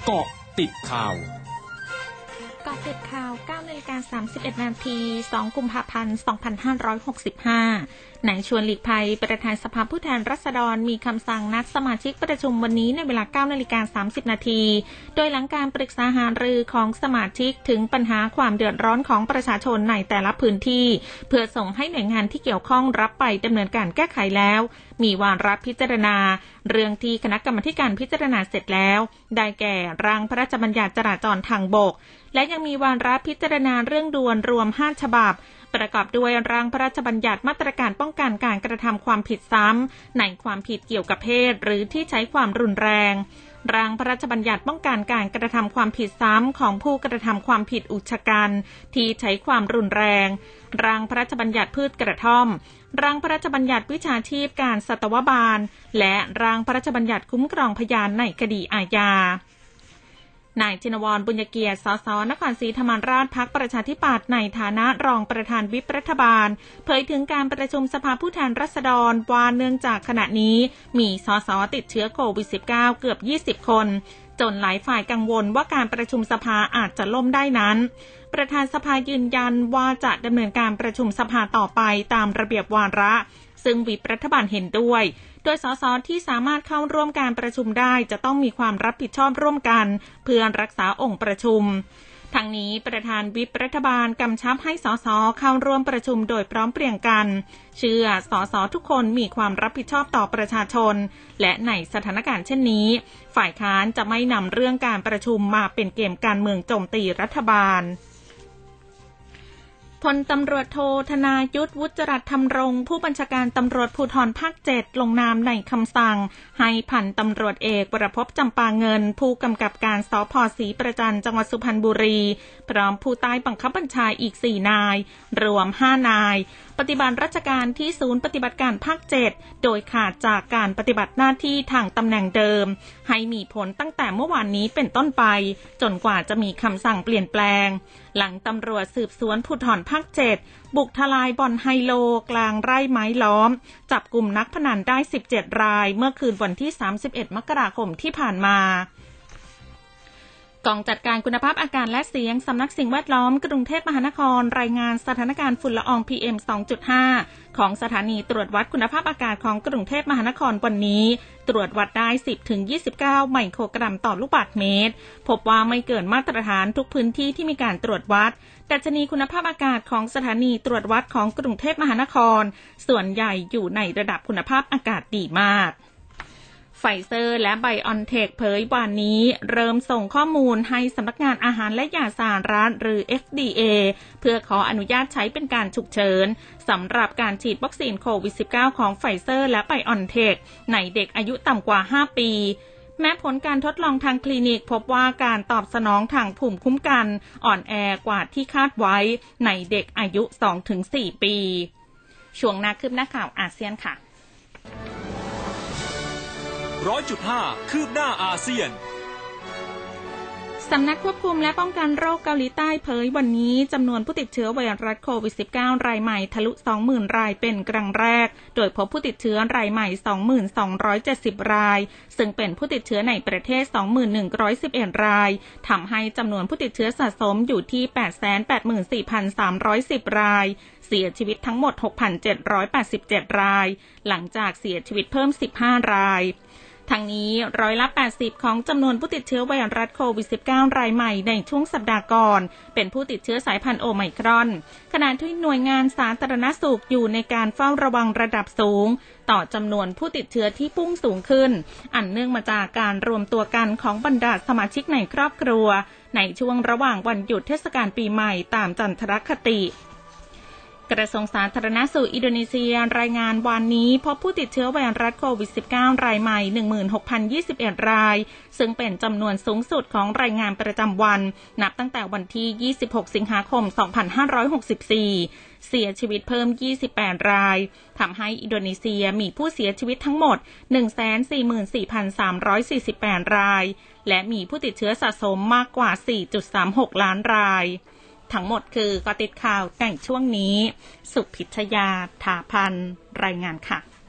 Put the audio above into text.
เกาะติดข่าวเกาะติดข่าว 9:31 นาที 2 กุมภาพันธ์ 2565 นายชวนหลีกภัยประธานสภาผู้แทนราษฎรมีคำสั่งนัดสมาชิกประชุมวันนี้ในเวลา 9:30 นาทีโดยหลังการปรึกษาหารือของสมาชิกถึงปัญหาความเดือดร้อนของประชาชนในแต่ละพื้นที่เพื่อส่งให้หน่วยงานที่เกี่ยวข้องรับไปดำเนินการแก้ไขแล้วมีวาระพิจารณาเรื่องที่คณะกรรมการพิจารณาเสร็จแล้วได้แก่ร่างพระราชบัญญัติจราจรทางบกและยังมีวาระพิจารณาเรื่องด่วนรวม5ฉบับประกอบด้วยร่างพระราชบัญญัติมาตรการป้องกันการกระทำความผิดซ้ำในความผิดเกี่ยวกับเพศหรือที่ใช้ความรุนแรงร่างพระราชบัญญัติป้องกันการกระทำความผิดซ้ำของผู้กระทำความผิดอุกชะกันที่ใช้ความรุนแรงร่างพระราชบัญญัติพืชกระท่อมร่างพระราชบัญญัติวิชาชีพการสัตวบาลและร่างพระราชบัญญัติคุ้มครองพยานในคดีอาญานายชินวรบุญเกียรติ สส นครศรีธรรมราชพรรคประชาธิปัตย์ในฐานะรองประธานวิปรัฐบาลเผยถึงการประชุมสภาผู้แทนราษฎรว่าเนื่องจากขณะนี้มีสสติดเชื้อโควิด -19 เกือบ20 คนจนหลายฝ่ายกังวลว่าการประชุมสภาอาจจะล่มได้นั้นประธานสภายืนยันว่าจะดำเนินการประชุมสภาต่อไปตามระเบียบวาระซึ่งวิปรัฐบาลเห็นด้วยโดยสสที่สามารถเข้าร่วมการประชุมได้จะต้องมีความรับผิดชอบร่วมกันเพื่อรักษาองค์ประชุมทั้งนี้ประธานวิปรัฐบาลกำชับให้สสเข้าร่วมประชุมโดยพร้อมเพรียงกันเชื่อสสทุกคนมีความรับผิดชอบต่อประชาชนและในสถานการณ์เช่นนี้ฝ่ายค้านจะไม่นำเรื่องการประชุมมาเป็นเกมการเมืองโจมตีรัฐบาลพลตำรวจโทธนายุทธ วุฒิจรัสธรรมรงค์ผู้บัญชาการตำรวจภูธรภาค 7 ลงนามในคำสั่งให้พันตำรวจเอกประภพจำปาเงินผู้กำกับการสภ.ศรีประจันจังหวัดสุพรรณบุรีพร้อมผู้ใต้บังคับบัญชาอีก4นายรวม5นายปฏิบัติราชการที่ศูนย์ปฏิบัติการภาค 7โดยขาดจากการปฏิบัติหน้าที่ทางตำแหน่งเดิมให้มีผลตั้งแต่เมื่อวานนี้เป็นต้นไปจนกว่าจะมีคำสั่งเปลี่ยนแปลงหลังตำรวจสืบสวนภูธรภาค 7บุกทลายบ่อนไฮโลกลางไร่ไม้ล้อมจับกลุ่มนักพนันได้17รายเมื่อคืนวันที่31มกราคมที่ผ่านมากองจัดการคุณภาพอากาศและเสียงสำนักสิ่งแวดล้อมกรุงเทพมหานครรายงานสถานการณ์ฝุ่นละออง PM 2.5 ของสถานีตรวจวัดคุณภาพอากาศของกรุงเทพมหานครวันนี้ตรวจวัดได้ 10-29 ไมโครกรัมต่อลูกบาศก์เมตรพบว่าไม่เกินมาตรฐานทุกพื้นที่ที่มีการตรวจวัดดัชนีคุณภาพอากาศของสถานีตรวจวัดของกรุงเทพมหานครส่วนใหญ่อยู่ในระดับคุณภาพอากาศดีมากไฟเซอร์และไบออนเทคเผยวันนี้เริ่มส่งข้อมูลให้สำนักงานอาหารและยาสหรัฐหรือ FDA เพื่อขออนุญาตใช้เป็นการฉุกเฉินสำหรับการฉีดวัคซีนโควิด -19 ของไฟเซอร์และไบออนเทคในเด็กอายุต่ำกว่า5ปีแม้ผลการทดลองทางคลินิกพบว่าการตอบสนองทางภูมิคุ้มกันอ่อนแอกว่าที่คาดไว้ในเด็กอายุ 2-4 ปีช่วงหน้าคืบหน้าข่าวอาเซียนค่ะ 100.5 คืบหน้าอาเซียนสำนักควบคุมและป้องกันโรคเกาหลีใต้เผยวันนี้จำนวนผู้ติดเชื้อไวรัสโควิด -19 รายใหม่ทะลุ 20,000 รายเป็นครั้งแรกโดยพบผู้ติดเชื้อรายใหม่ 2,270 รายซึ่งเป็นผู้ติดเชื้อในประเทศ 2,111 รายทำให้จำนวนผู้ติดเชื้อสะสมอยู่ที่ 884,310 รายเสียชีวิตทั้งหมด 6,787 รายหลังจากเสียชีวิตเพิ่ม15 รายทั้งนี้80%ของจำนวนผู้ติดเชื้อไวรัสโควิด -19 รายใหม่ในช่วงสัปดาห์ก่อนเป็นผู้ติดเชื้อสายพันธุ์โอไมครอนขณะที่หน่วยงานสาธารณสุขอยู่ในการเฝ้าระวังระดับสูงต่อจำนวนผู้ติดเชื้อที่พุ่งสูงขึ้นอันเนื่องมาจากการรวมตัวกันของบรรดาสมาชิกในครอบครัวในช่วงระหว่างวันหยุดเทศกาลปีใหม่ตามจันทรคติกระทรวงสาธารณสุขอินโดนีเซียรายงานวันนี้พบผู้ติดเชื้อไวรัสโควิด -19 รายใหม่ 16,021 รายซึ่งเป็นจำนวนสูงสุดของรายงานประจำวันนับตั้งแต่วันที่26สิงหาคม2564เสียชีวิตเพิ่ม28รายทำให้อินโดนีเซียมีผู้เสียชีวิตทั้งหมด 144,348 รายและมีผู้ติดเชื้อสะสมมากกว่า 4.36 ล้านรายทั้งหมดคือก็ติดข่าวในช่วงนี้สุพิชยา ถาพันรายงานค่ะ